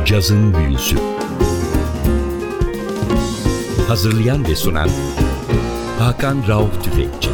Cazın Büyüsü. Hazırlayan ve sunan Hakan Rauf Tüfekçi.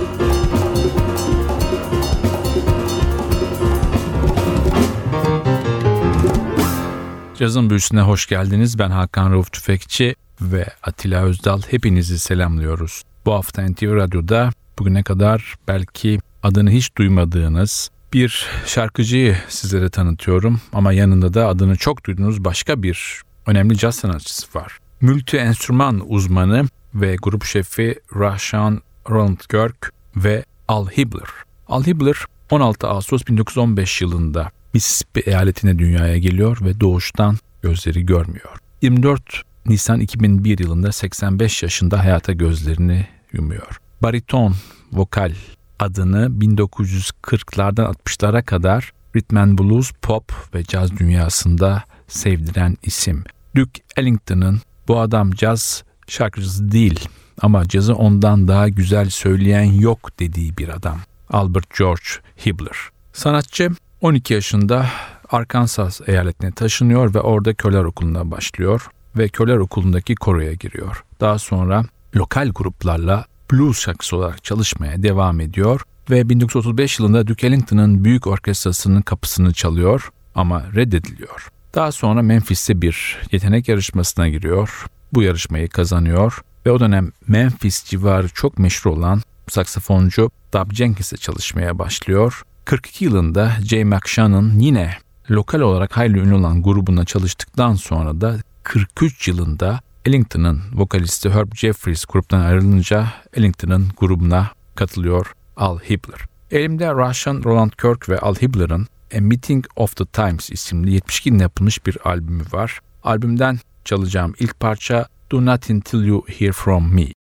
Cazın Büyüsü'ne hoş geldiniz. Ben Hakan Rauf Tüfekçi ve Atilla Özdal. Hepinizi selamlıyoruz. Bu hafta NTV Radyo'da bugüne kadar belki adını hiç duymadığınız bir şarkıcıyı sizlere tanıtıyorum. Ama yanında da adını çok duyduğunuz başka bir önemli caz sanatçısı var. Multi-enstrüman uzmanı ve grup şefi Rahsaan Roland Kirk ve Al Hibbler. Al Hibbler 16 Ağustos 1915 yılında Mississippi eyaletine dünyaya geliyor ve doğuştan gözleri görmüyor. 24 Nisan 2001 yılında 85 yaşında hayata gözlerini yumuyor. Bariton vokal adını 1940'lardan 60'lara kadar rhythm and blues, pop ve caz dünyasında sevdiren isim. Duke Ellington'ın bu adam caz şarkıcısı değil ama cazı ondan daha güzel söyleyen yok dediği bir adam. Albert George Hibbler. Sanatçı 12 yaşında Arkansas eyaletine taşınıyor ve orada köler okuluna başlıyor ve köler okulundaki koroya giriyor. Daha sonra lokal gruplarla blues şarkısı olarak çalışmaya devam ediyor ve 1935 yılında Duke Ellington'ın büyük orkestrasının kapısını çalıyor ama reddediliyor. Daha sonra Memphis'te bir yetenek yarışmasına giriyor. Bu yarışmayı kazanıyor ve o dönem Memphis civarı çok meşhur olan saksafoncu Dub Jenkins'le çalışmaya başlıyor. 42 yılında Jay McShann'ın yine lokal olarak hayli ünlü olan grubuna çalıştıktan sonra da 43 yılında Ellington'ın vokalisti Herb Jeffries gruptan ayrılınca Ellington'ın grubuna katılıyor Al Hibbler. Elimde Rahsaan Roland Kirk ve Al Hibbler'ın A Meeting of the Times isimli 72 yılında yapılmış bir albümü var. Albümden çalacağım ilk parça Do Nothing Till You Hear From Me.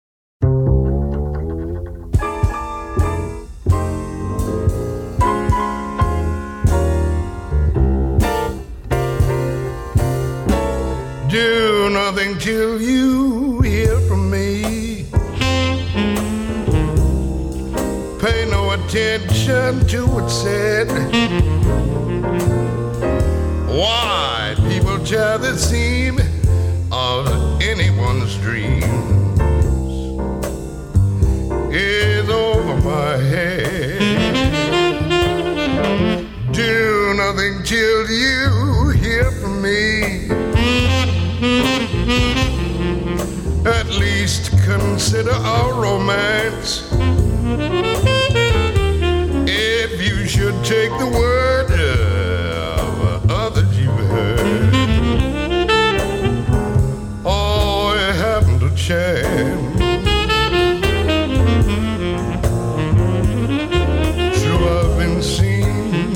Do nothing till you hear from me. Pay no attention to what's said. Why people tear the seam of anyone's dreams is over my head. Do nothing till you hear from me. At least consider our romance. If you should take the word of others you've heard, oh, you haven't a chance. True, I've been seen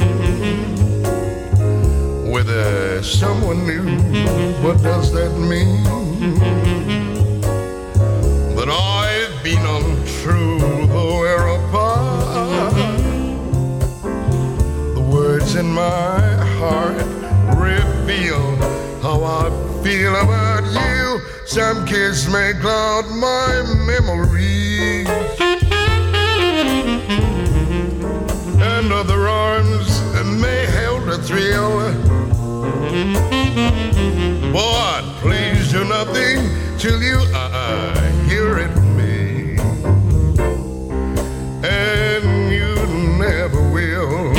with someone new. What does that mean? That I've been untrue, though we're apart. The words in my heart reveal how I feel about you. Some kiss may cloud my memories, and other arms may hold a thrill. But please do nothing till you hear it from me, and you never will.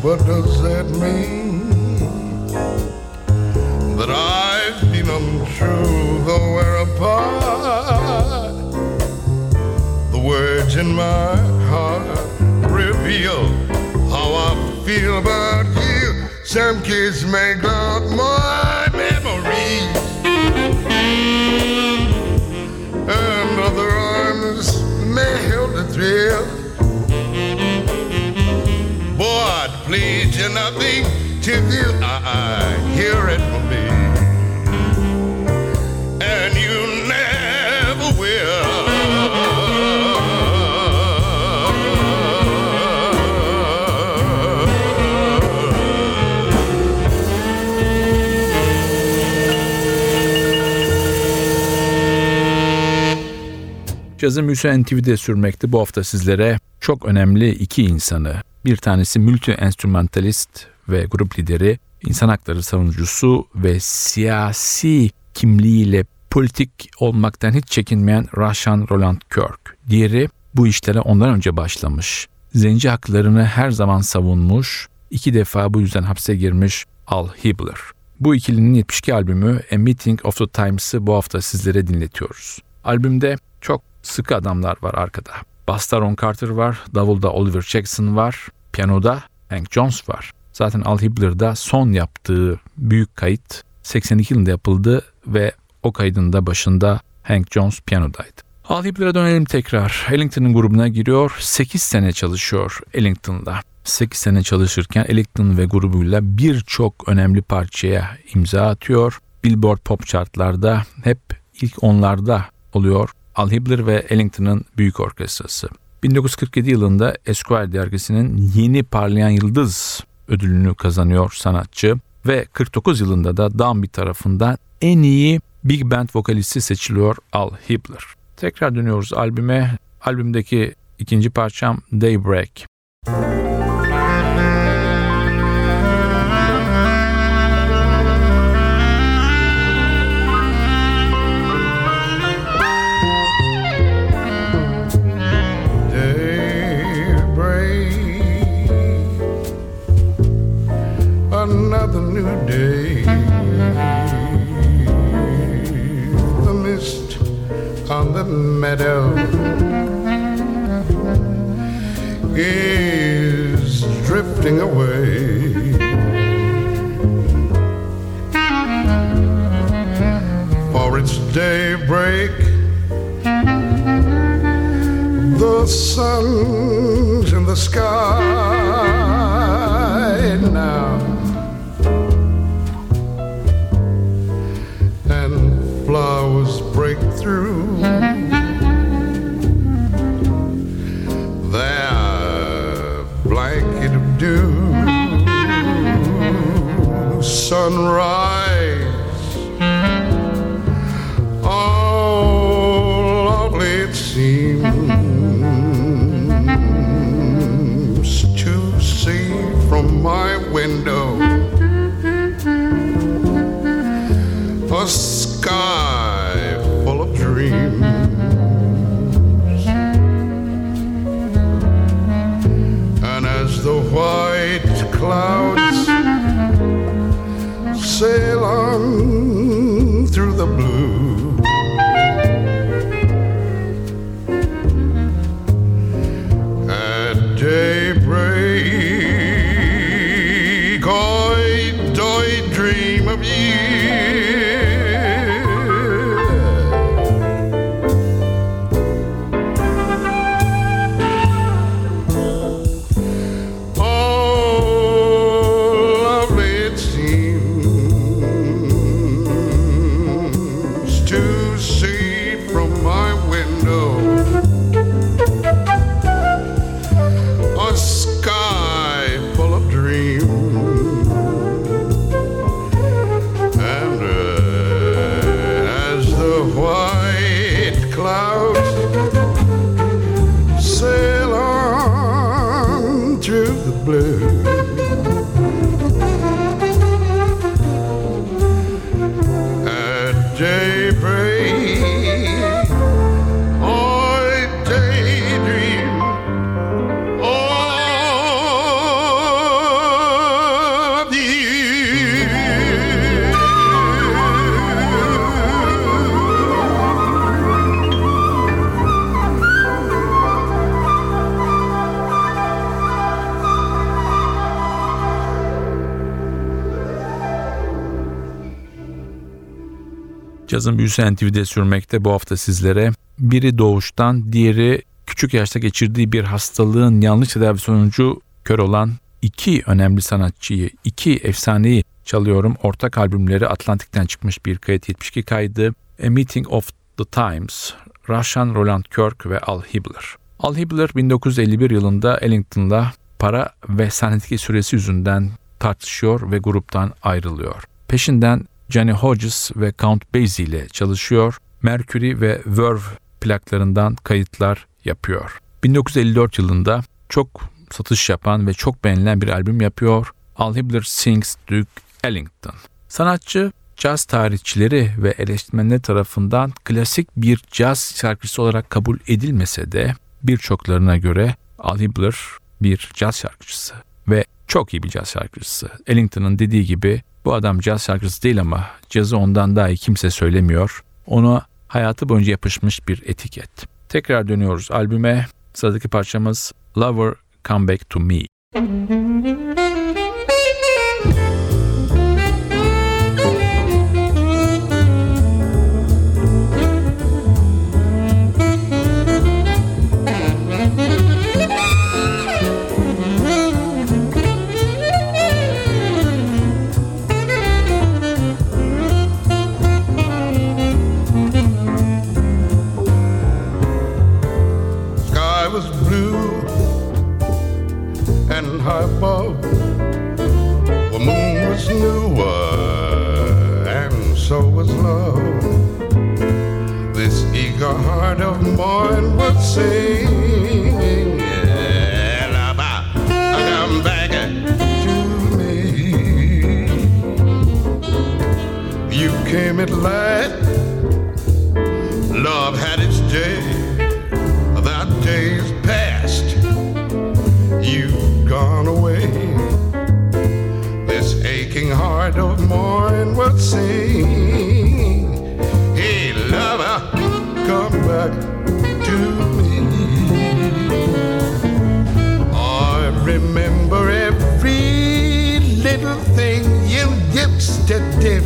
but does that mean that I've been untrue, though we're apart? The words in my heart reveal how I feel about you. Some kids make out my memories, and other arms may hold the thrill. Boy, I'd plead you nothing till you hear it from me, and you never will. Cazın büyüsü NTV'de sürmekte. Bu hafta sizlere çok önemli iki insanı, bir tanesi multi-enstrümantalist ve grup lideri, insan hakları savunucusu ve siyasi kimliğiyle politik olmaktan hiç çekinmeyen Rahsaan Roland Kirk. Diğeri bu işlere ondan önce başlamış. Zenci haklarını her zaman savunmuş, 2 defa bu yüzden hapse girmiş Al Hibbler. Bu ikilinin 72 albümü A Meeting of the Times'ı bu hafta sizlere dinletiyoruz. Albümde çok sıkı adamlar var arkada. Basta Ron Carter var, davulda Oliver Jackson var, piyanoda Hank Jones var. Zaten Al Hibbler'da son yaptığı büyük kayıt 82 yılında yapıldı ve o kaydın da başında Hank Jones piyanodaydı. Al Hibbler'e dönelim tekrar. Ellington'un grubuna giriyor. 8 sene çalışıyor Ellington'la. 8 sene çalışırken Ellington ve grubuyla birçok önemli parçaya imza atıyor. Billboard Pop Chart'larda hep ilk onlarda oluyor. Al Hibbler ve Ellington'ın büyük orkestrası. 1947 yılında Esquire dergisinin Yeni Parlayan Yıldız ödülünü kazanıyor sanatçı ve 49 yılında da Downbeat tarafından en iyi big band vokalisti seçiliyor Al Hibbler. Tekrar dönüyoruz albüme. Albümdeki ikinci parçam Daybreak. Another new day, the mist on the meadow is drifting away. For it's daybreak, the sun's in the sky now, flowers break through their blanket of dew. Sunrise, oh lovely it seems to see from my window. A sky full of dreams, and as the white clouds sail on through the blue, at daybreak I dream of you. Cazın büyüsü NTV'de sürmekte bu hafta sizlere. Biri doğuştan, diğeri küçük yaşta geçirdiği bir hastalığın yanlış tedavi sonucu kör olan iki önemli sanatçıyı, iki efsaneyi çalıyorum. Ortak albümleri Atlantik'ten çıkmış bir kayıt 72 kaydı. A Meeting of the Times, Russian Roland Kirk ve Al Hibbler. Al Hibbler 1951 yılında Ellington'la para ve sahnedeki süresi yüzünden tartışıyor ve gruptan ayrılıyor. Peşinden Johnny Hodges ve Count Basie ile çalışıyor. Mercury ve Verve plaklarından kayıtlar yapıyor. 1954 yılında çok satış yapan ve çok beğenilen bir albüm yapıyor. Al Hibbler Sings Duke Ellington. Sanatçı, caz tarihçileri ve eleştirmenler tarafından klasik bir caz şarkıcısı olarak kabul edilmese de birçoklarına göre Al Hibbler bir caz şarkıcısı ve çok iyi bir caz şarkıcısı. Ellington'ın dediği gibi bu adam caz şarkıcısı değil ama cazı ondan daha iyi kimse söylemiyor. Ona hayatı boyunca yapışmış bir etiket. Tekrar dönüyoruz albüme. Sıradaki parçamız Lover Come Back to Me. High above, the moon was newer, and so was love. This eager heart of mine would sing, yeah, come back to me. You came at last, love had its day, that day's past. You've gone away. This aching heart of mine would sing, hey lover, come back to me. I remember every little thing you used to do.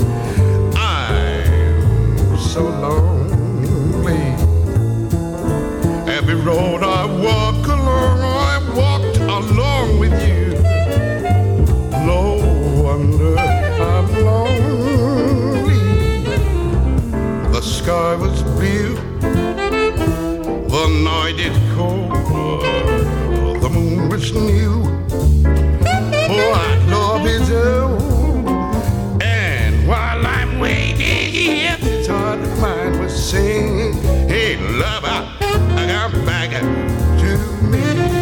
I'm so lonely. Every road I walk along, along with you. No wonder I'm lonely. The sky was blue, the night is cold, the moon was new. Oh, our love is old, and while I'm waiting, this heart of mine was singing, hey lover, come back to me.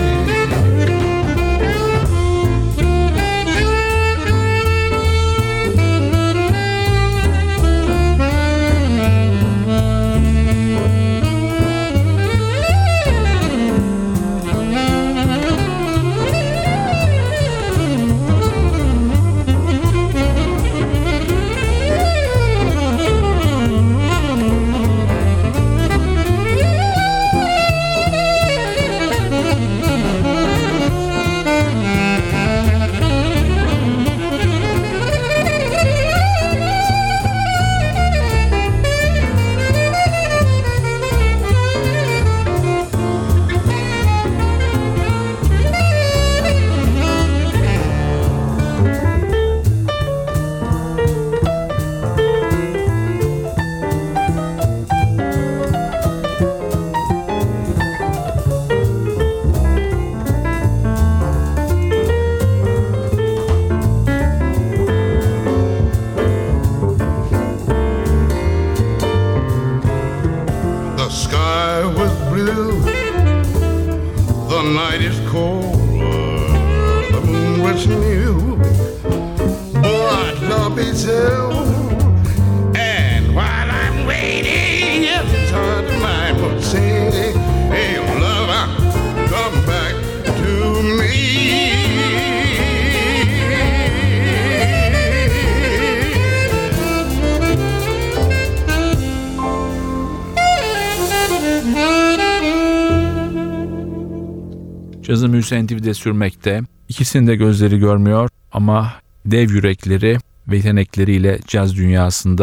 Cazın büyüsü NTV'de sürmekte. İkisinin de gözleri görmüyor ama dev yürekleri ve yetenekleriyle caz dünyasında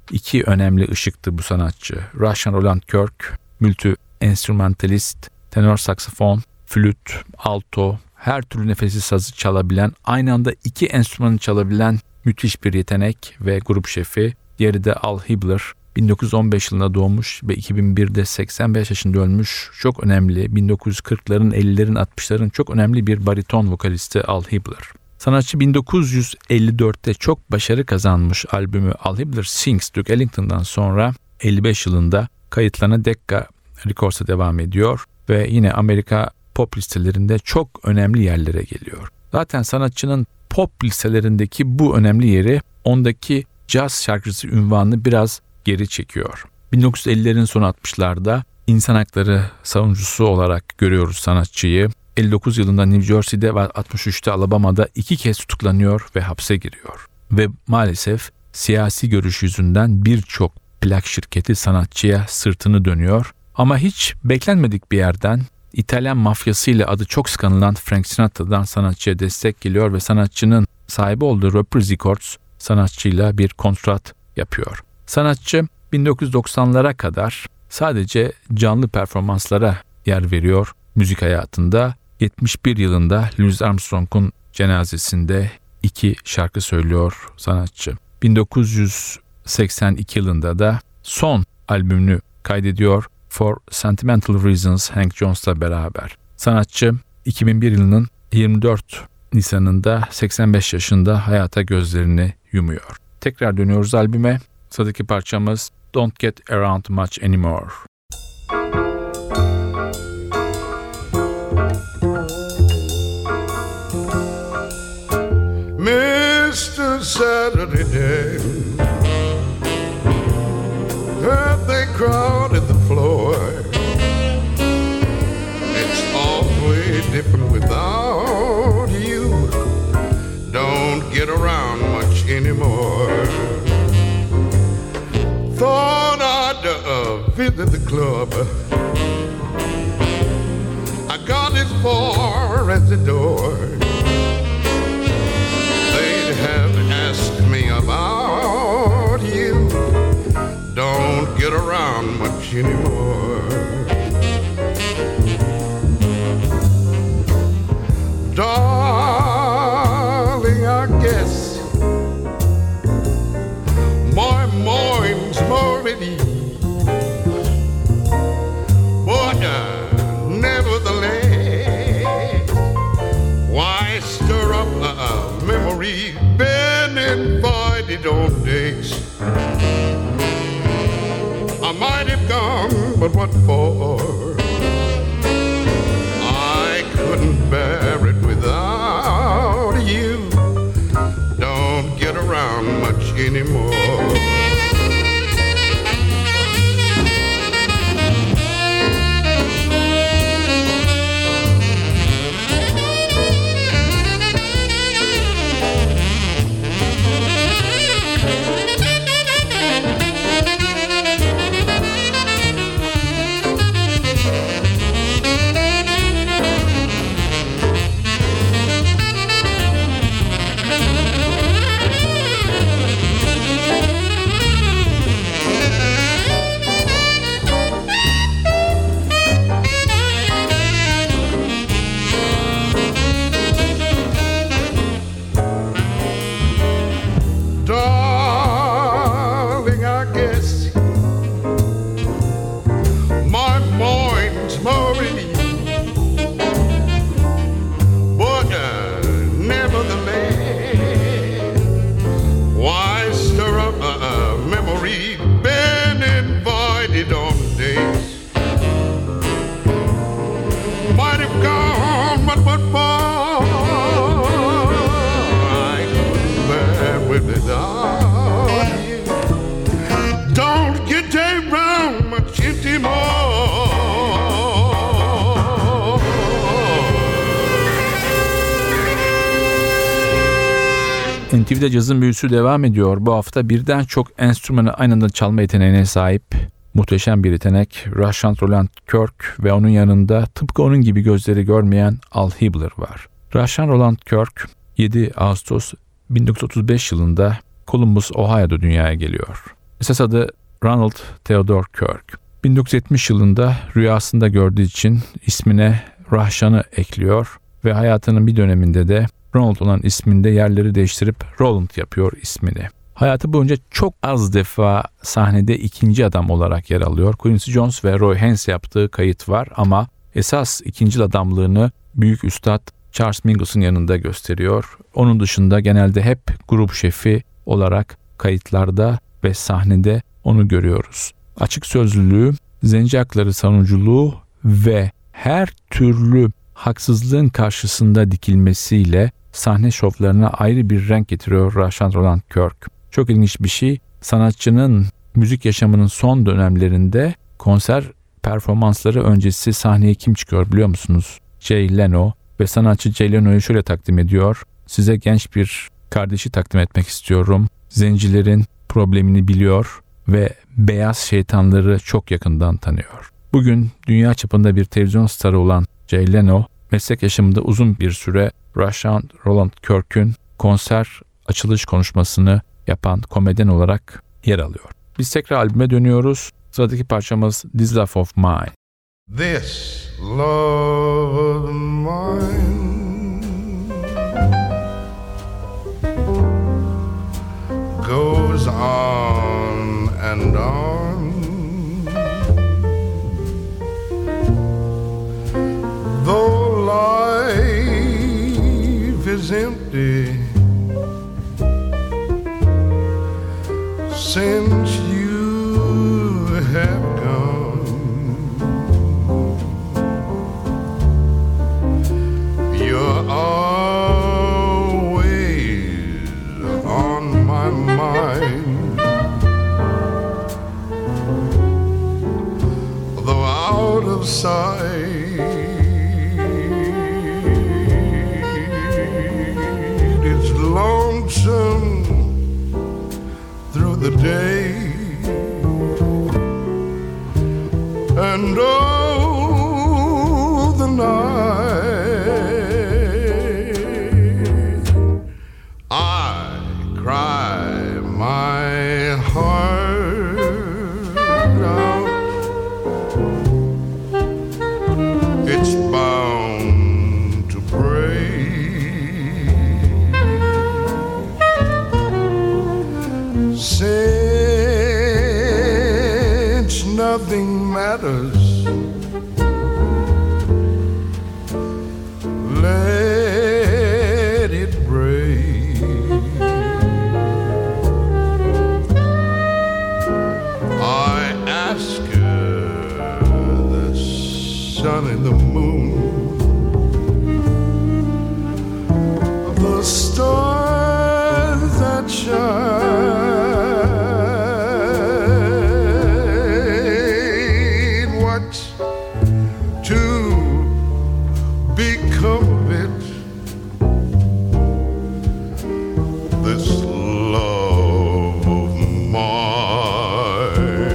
iki önemli ışıktı bu sanatçı. Russian Roland Kirk, multi-enstrümantalist, tenor saksafon, flüt, alto, her türlü nefessiz sazı çalabilen, aynı anda iki enstrümanı çalabilen müthiş bir yetenek ve grup şefi. Diğeri de Al Hibbler, 1915 yılında doğmuş ve 2001'de 85 yaşında ölmüş. Çok önemli, 1940'ların, 50'lerin, 60'ların çok önemli bir bariton vokalisti Al Hibbler. Sanatçı 1954'te çok başarı kazanmış albümü Al Hibbler Sings Duke Ellington'dan sonra 55 yılında kayıtlarına Decca Records'a devam ediyor ve yine Amerika pop listelerinde çok önemli yerlere geliyor. Zaten sanatçının pop listelerindeki bu önemli yeri ondaki caz şarkıcısı unvanını biraz geri çekiyor. 1950'lerin sonu 60'larda insan hakları savunucusu olarak görüyoruz sanatçıyı. 59 yılında New Jersey'de ve 63'te Alabama'da 2 kez tutuklanıyor ve hapse giriyor. Ve maalesef siyasi görüş yüzünden birçok plak şirketi sanatçıya sırtını dönüyor. Ama hiç beklenmedik bir yerden İtalyan mafyasıyla adı çok sıkanılan Frank Sinatra'dan sanatçıya destek geliyor ve sanatçının sahibi olduğu Reprise Records sanatçıyla bir kontrat yapıyor. Sanatçı 1990'lara kadar sadece canlı performanslara yer veriyor müzik hayatında. 71 yılında Louis Armstrong'un cenazesinde 2 şarkı söylüyor sanatçı. 1982 yılında da son albümünü kaydediyor For Sentimental Reasons Hank Jones'la beraber. Sanatçı 2001 yılının 24 Nisan'ında 85 yaşında hayata gözlerini yumuyor. Tekrar dönüyoruz albüme. Sıradaki parçamız Don't Get Around Much Anymore. Mr. Saturday Day, heard they crowded the floor. It's awfully different without you. Don't get around much anymore. Thought I'd visit the club. I got as far as the door. They'd have asked me about you. Don't get around much anymore. Darling, I guess my mind's more at ease. But nevertheless, why stir up a memory? Been invited on dates. I might have gone, but what for? I couldn't bear it without you. Don't get around much anymore. NTV'de cazın büyüsü devam ediyor. Bu hafta birden çok enstrümanı aynı anda çalma yeteneğine sahip muhteşem bir yetenek Russian Roland Kirk ve onun yanında tıpkı onun gibi gözleri görmeyen Al Hibbler var. Russian Roland Kirk 7 Ağustos 1935 yılında Columbus, Ohio'da dünyaya geliyor. Esas adı Ronald Theodore Kirk. 1970 yılında rüyasında gördüğü için ismine Rahşan'ı ekliyor ve hayatının bir döneminde de Ronald olan isminde yerleri değiştirip Roland yapıyor ismini. Hayatı boyunca çok az defa sahnede ikinci adam olarak yer alıyor. Quincy Jones ve Roy Haynes yaptığı kayıt var ama esas ikinci adamlığını büyük üstad Charles Mingus'un yanında gösteriyor. Onun dışında genelde hep grup şefi olarak kayıtlarda ve sahnede onu görüyoruz. Açık sözlülüğü, zenci hakları savunuculuğu ve her türlü haksızlığın karşısında dikilmesiyle sahne şovlarına ayrı bir renk getiriyor Rahşan Roland Kirk. Çok ilginç bir şey, sanatçının müzik yaşamının son dönemlerinde konser performansları öncesi sahneye kim çıkıyor biliyor musunuz? Jay Leno ve sanatçı Jay Leno'yu şöyle takdim ediyor. Size genç bir kardeşi takdim etmek istiyorum. Zencilerin problemini biliyor ve beyaz şeytanları çok yakından tanıyor. Bugün dünya çapında bir televizyon starı olan Jay Leno, meslek yaşamında uzun bir süre Rahşan Roland Kirk'ün konser açılış konuşmasını yapan komedyen olarak yer alıyor. Biz tekrar albüme dönüyoruz. Sıradaki parçamız This Love of Mine. This love of mine goes on and on, though life is empty since you have gone. You're always on my mind, though out of sight. It's lonesome through the day, and oh, the night. I cry my heart out. It's bound to break, since nothing matters. Let it break. I ask her, the sun and the moon, the stars that shine, what's to become of it? This love of mine.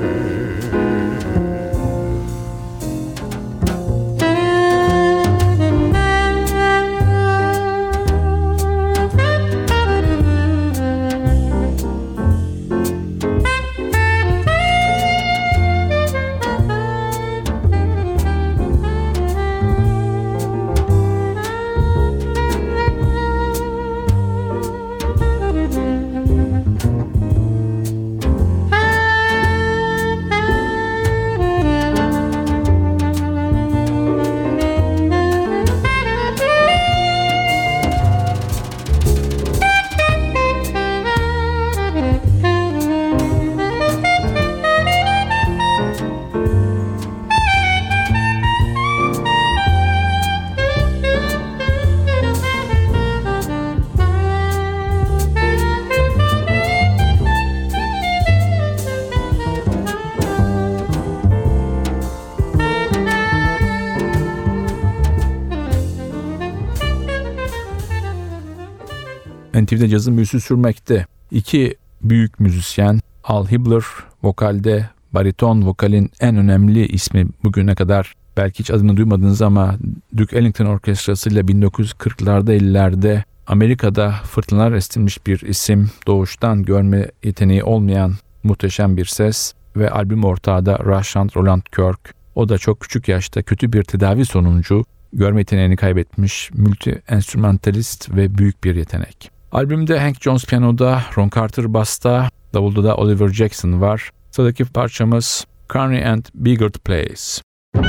NTV'de cazın büyüsü sürmekte. İki büyük müzisyen, Al Hibbler vokalde, bariton vokalin en önemli ismi bugüne kadar belki hiç adını duymadınız ama Duke Ellington Orkestrası ile 1940'larda 50'lerde Amerika'da fırtınalar estirmiş bir isim, doğuştan görme yeteneği olmayan muhteşem bir ses ve albüm ortağı da Rushland Roland Kirk. O da çok küçük yaşta kötü bir tedavi sonucu görme yeteneğini kaybetmiş, multi-enstrümantalist ve büyük bir yetenek. Albümde Hank Jones piyanoda, Ron Carter basta, davulda da Oliver Jackson var. Sıradaki parçamız Carney and Biggert Plays.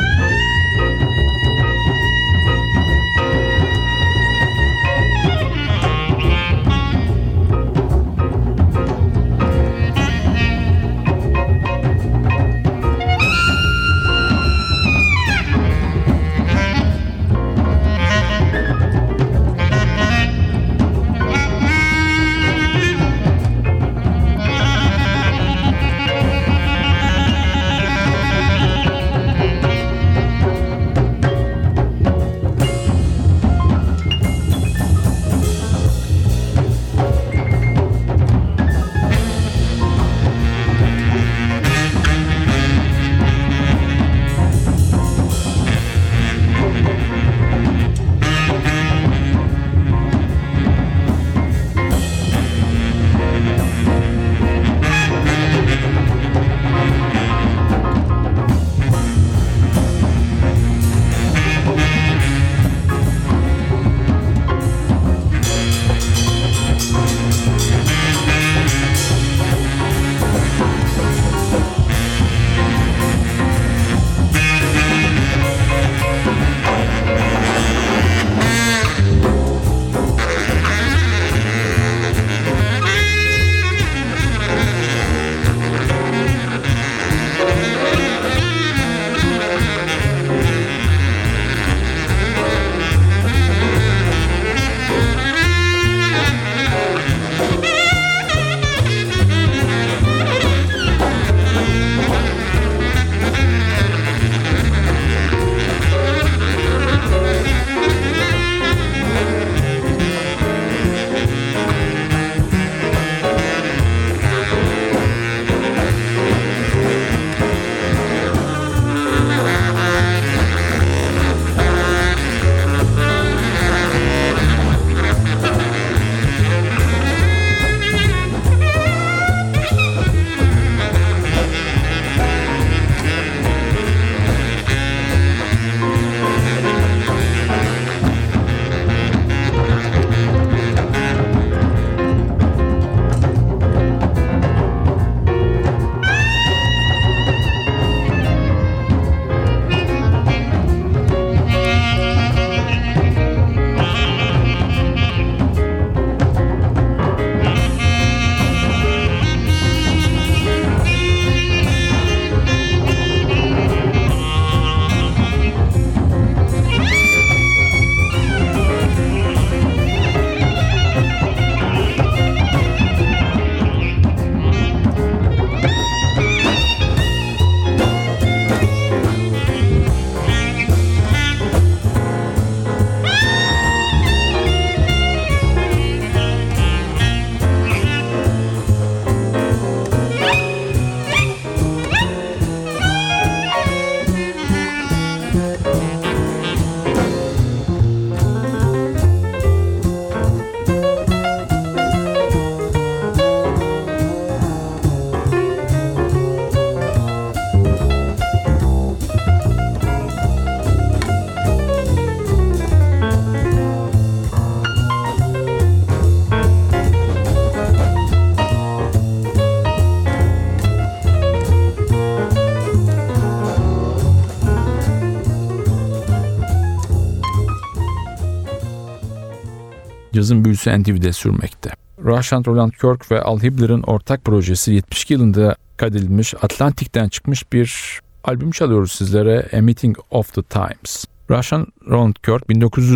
Cazın büyüsü NTV'de sürmekte. Rushland Roland Kirk ve Al Hibbler'ın ortak projesi 72 yılında kaydedilmiş, Atlantik'ten çıkmış bir albüm çalıyoruz sizlere, A Meeting of the Times. Rushland Roland Kirk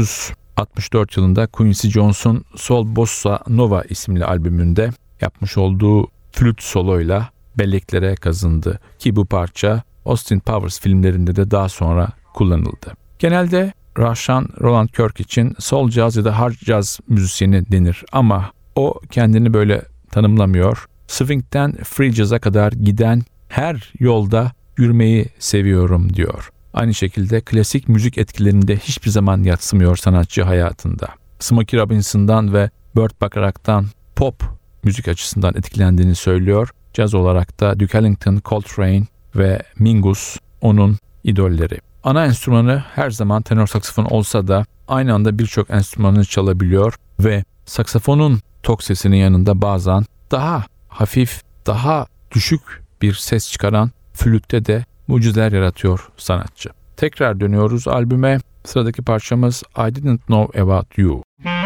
1964 yılında Quincy Jones'un Sol Bossa Nova isimli albümünde yapmış olduğu flüt soloyla belleklere kazındı ki bu parça Austin Powers filmlerinde de daha sonra kullanıldı. Genelde Rushland Roland Kirk için soul jazz ya da hard jazz müzisyeni denir ama o kendini böyle tanımlamıyor. Swing'den free jazz'a kadar giden her yolda yürümeyi seviyorum diyor. Aynı şekilde klasik müzik etkilerinde hiçbir zaman yadsımıyor sanatçı hayatında. Smokey Robinson'dan ve Burt Bacharach'tan pop müzik açısından etkilendiğini söylüyor. caz olarak da Duke Ellington, Coltrane ve Mingus onun idolleri. Ana enstrümanı her zaman tenor saksafon olsa da aynı anda birçok enstrümanı çalabiliyor ve saksafonun tok sesinin yanında bazen daha hafif, daha düşük bir ses çıkaran flütte de mucizeler yaratıyor sanatçı. Tekrar dönüyoruz albüme. Sıradaki parçamız I Didn't Know About You.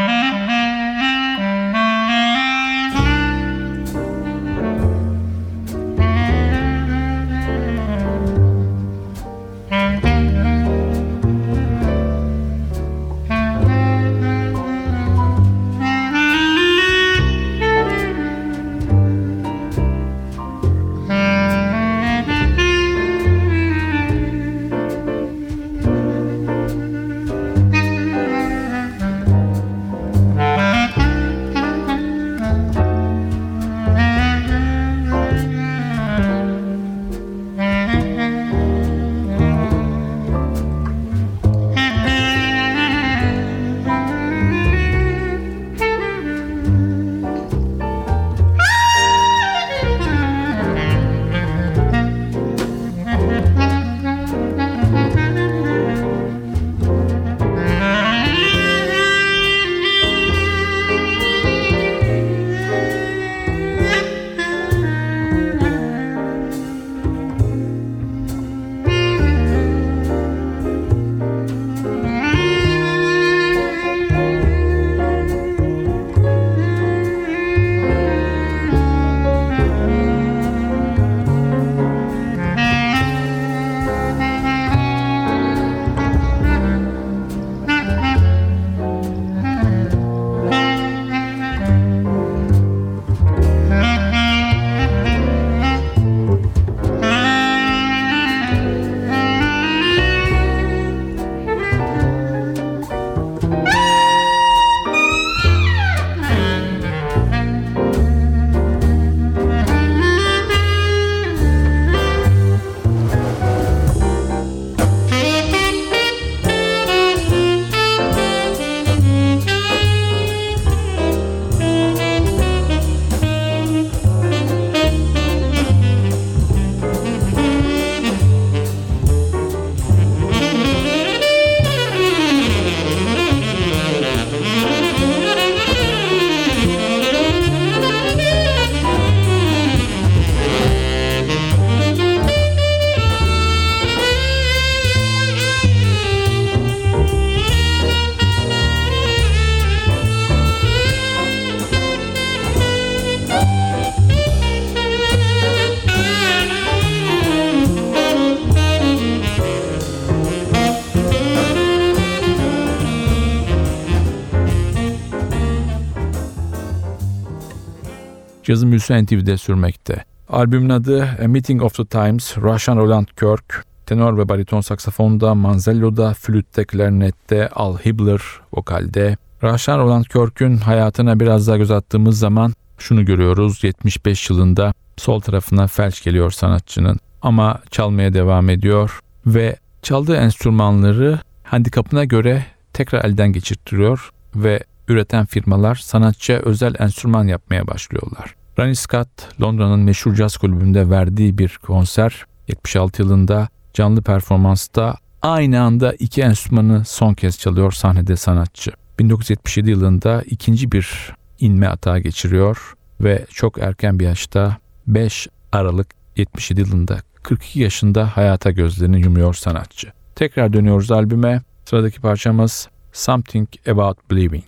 Cazın büyüsü NTV'de sürmekte. Albümün adı A Meeting of the Times, Russian Roland Kirk, tenor ve bariton saksafonda, manzelloda, flütte, klarnette, Al Hibbler vokalde. Russian Roland Kirk'ün hayatına biraz daha göz attığımız zaman şunu görüyoruz. 75 yılında sol tarafına felç geliyor sanatçının ama çalmaya devam ediyor ve çaldığı enstrümanları handikapına göre tekrar elden geçirtiyor ve üreten firmalar sanatçıya özel enstrüman yapmaya başlıyorlar. Ronnie Scott, Londra'nın meşhur caz kulübünde verdiği bir konser 76 yılında canlı performansta aynı anda iki enstrümanı son kez çalıyor sahnede sanatçı. 1977 yılında ikinci bir inme atağı geçiriyor ve çok erken bir yaşta 5 Aralık 77 yılında 42 yaşında hayata gözlerini yumuyor sanatçı. Tekrar dönüyoruz albüme. Sıradaki parçamız Something About Believing.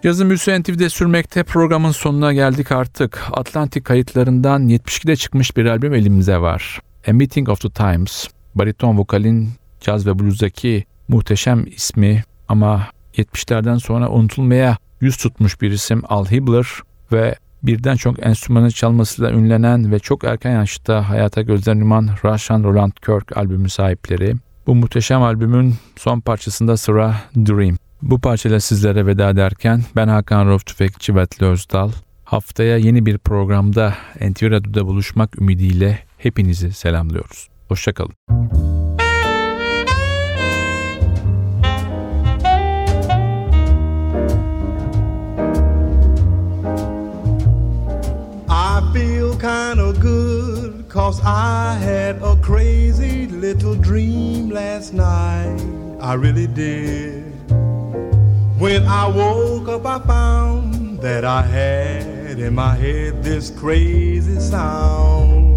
Cazın büyüsü NTV'de sürmekte. Programın sonuna geldik artık. Atlantik kayıtlarından 72'de çıkmış bir albüm elimize var. A Meeting of the Times. Bariton vokalin caz ve bluzdaki muhteşem ismi ama 70'lerden sonra unutulmaya yüz tutmuş bir isim Al Hibbler ve birden çok enstrümanı çalmasıyla ünlenen ve çok erken yaşta hayata gözlerini yuman Russian Roland Kirk albümü sahipleri. Bu muhteşem albümün son parçasında sıra Dream. Bu parçayla sizlere veda ederken ben Hakan Rauf Tüfekçi ve Atilla Özdal. Haftaya yeni bir programda NTV Radyo'da buluşmak ümidiyle hepinizi selamlıyoruz. Hoşçakalın. I feel kind of good 'cause I had a crazy little dream last night. I really did. When I woke up I found that I had in my head this crazy sound.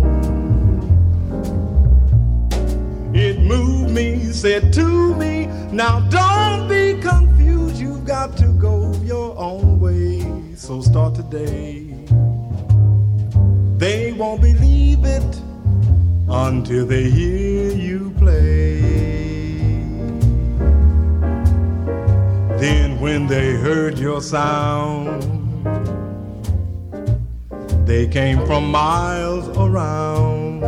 It moved me, said to me, now don't be confused, you've got to go your own way, so start today. They won't believe it until they hear you play. Then when they heard your sound, they came from miles around.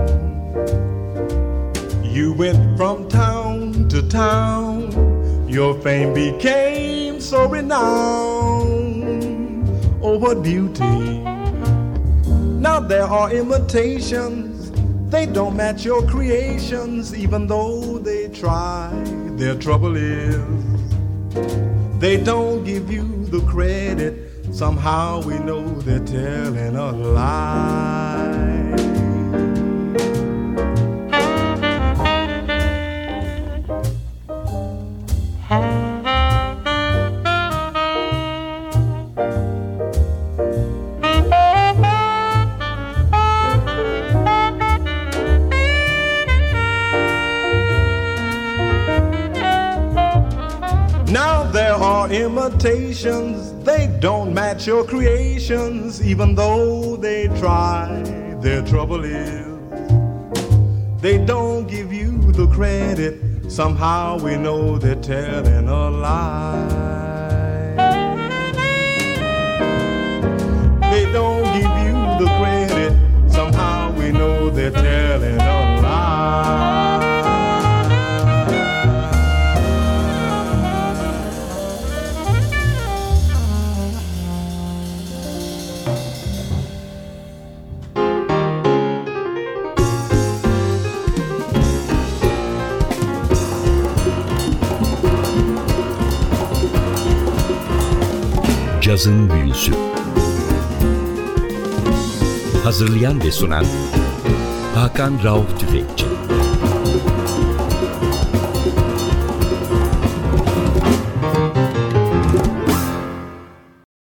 You went from town to town, your fame became so renowned. Oh, what beauty. Now there are imitations, they don't match your creations, even though they try. Their trouble is they don't give you the credit. Somehow we know they're telling a lie. Imitations, they don't match your creations, even though they try. Their trouble is they don't give you the credit. Somehow we know they're telling a lie. They don't give you the credit. Somehow we know they're telling a lie. Cazın büyüsü. Hazırlayan ve sunan Hakan Rauf Tüfekçi.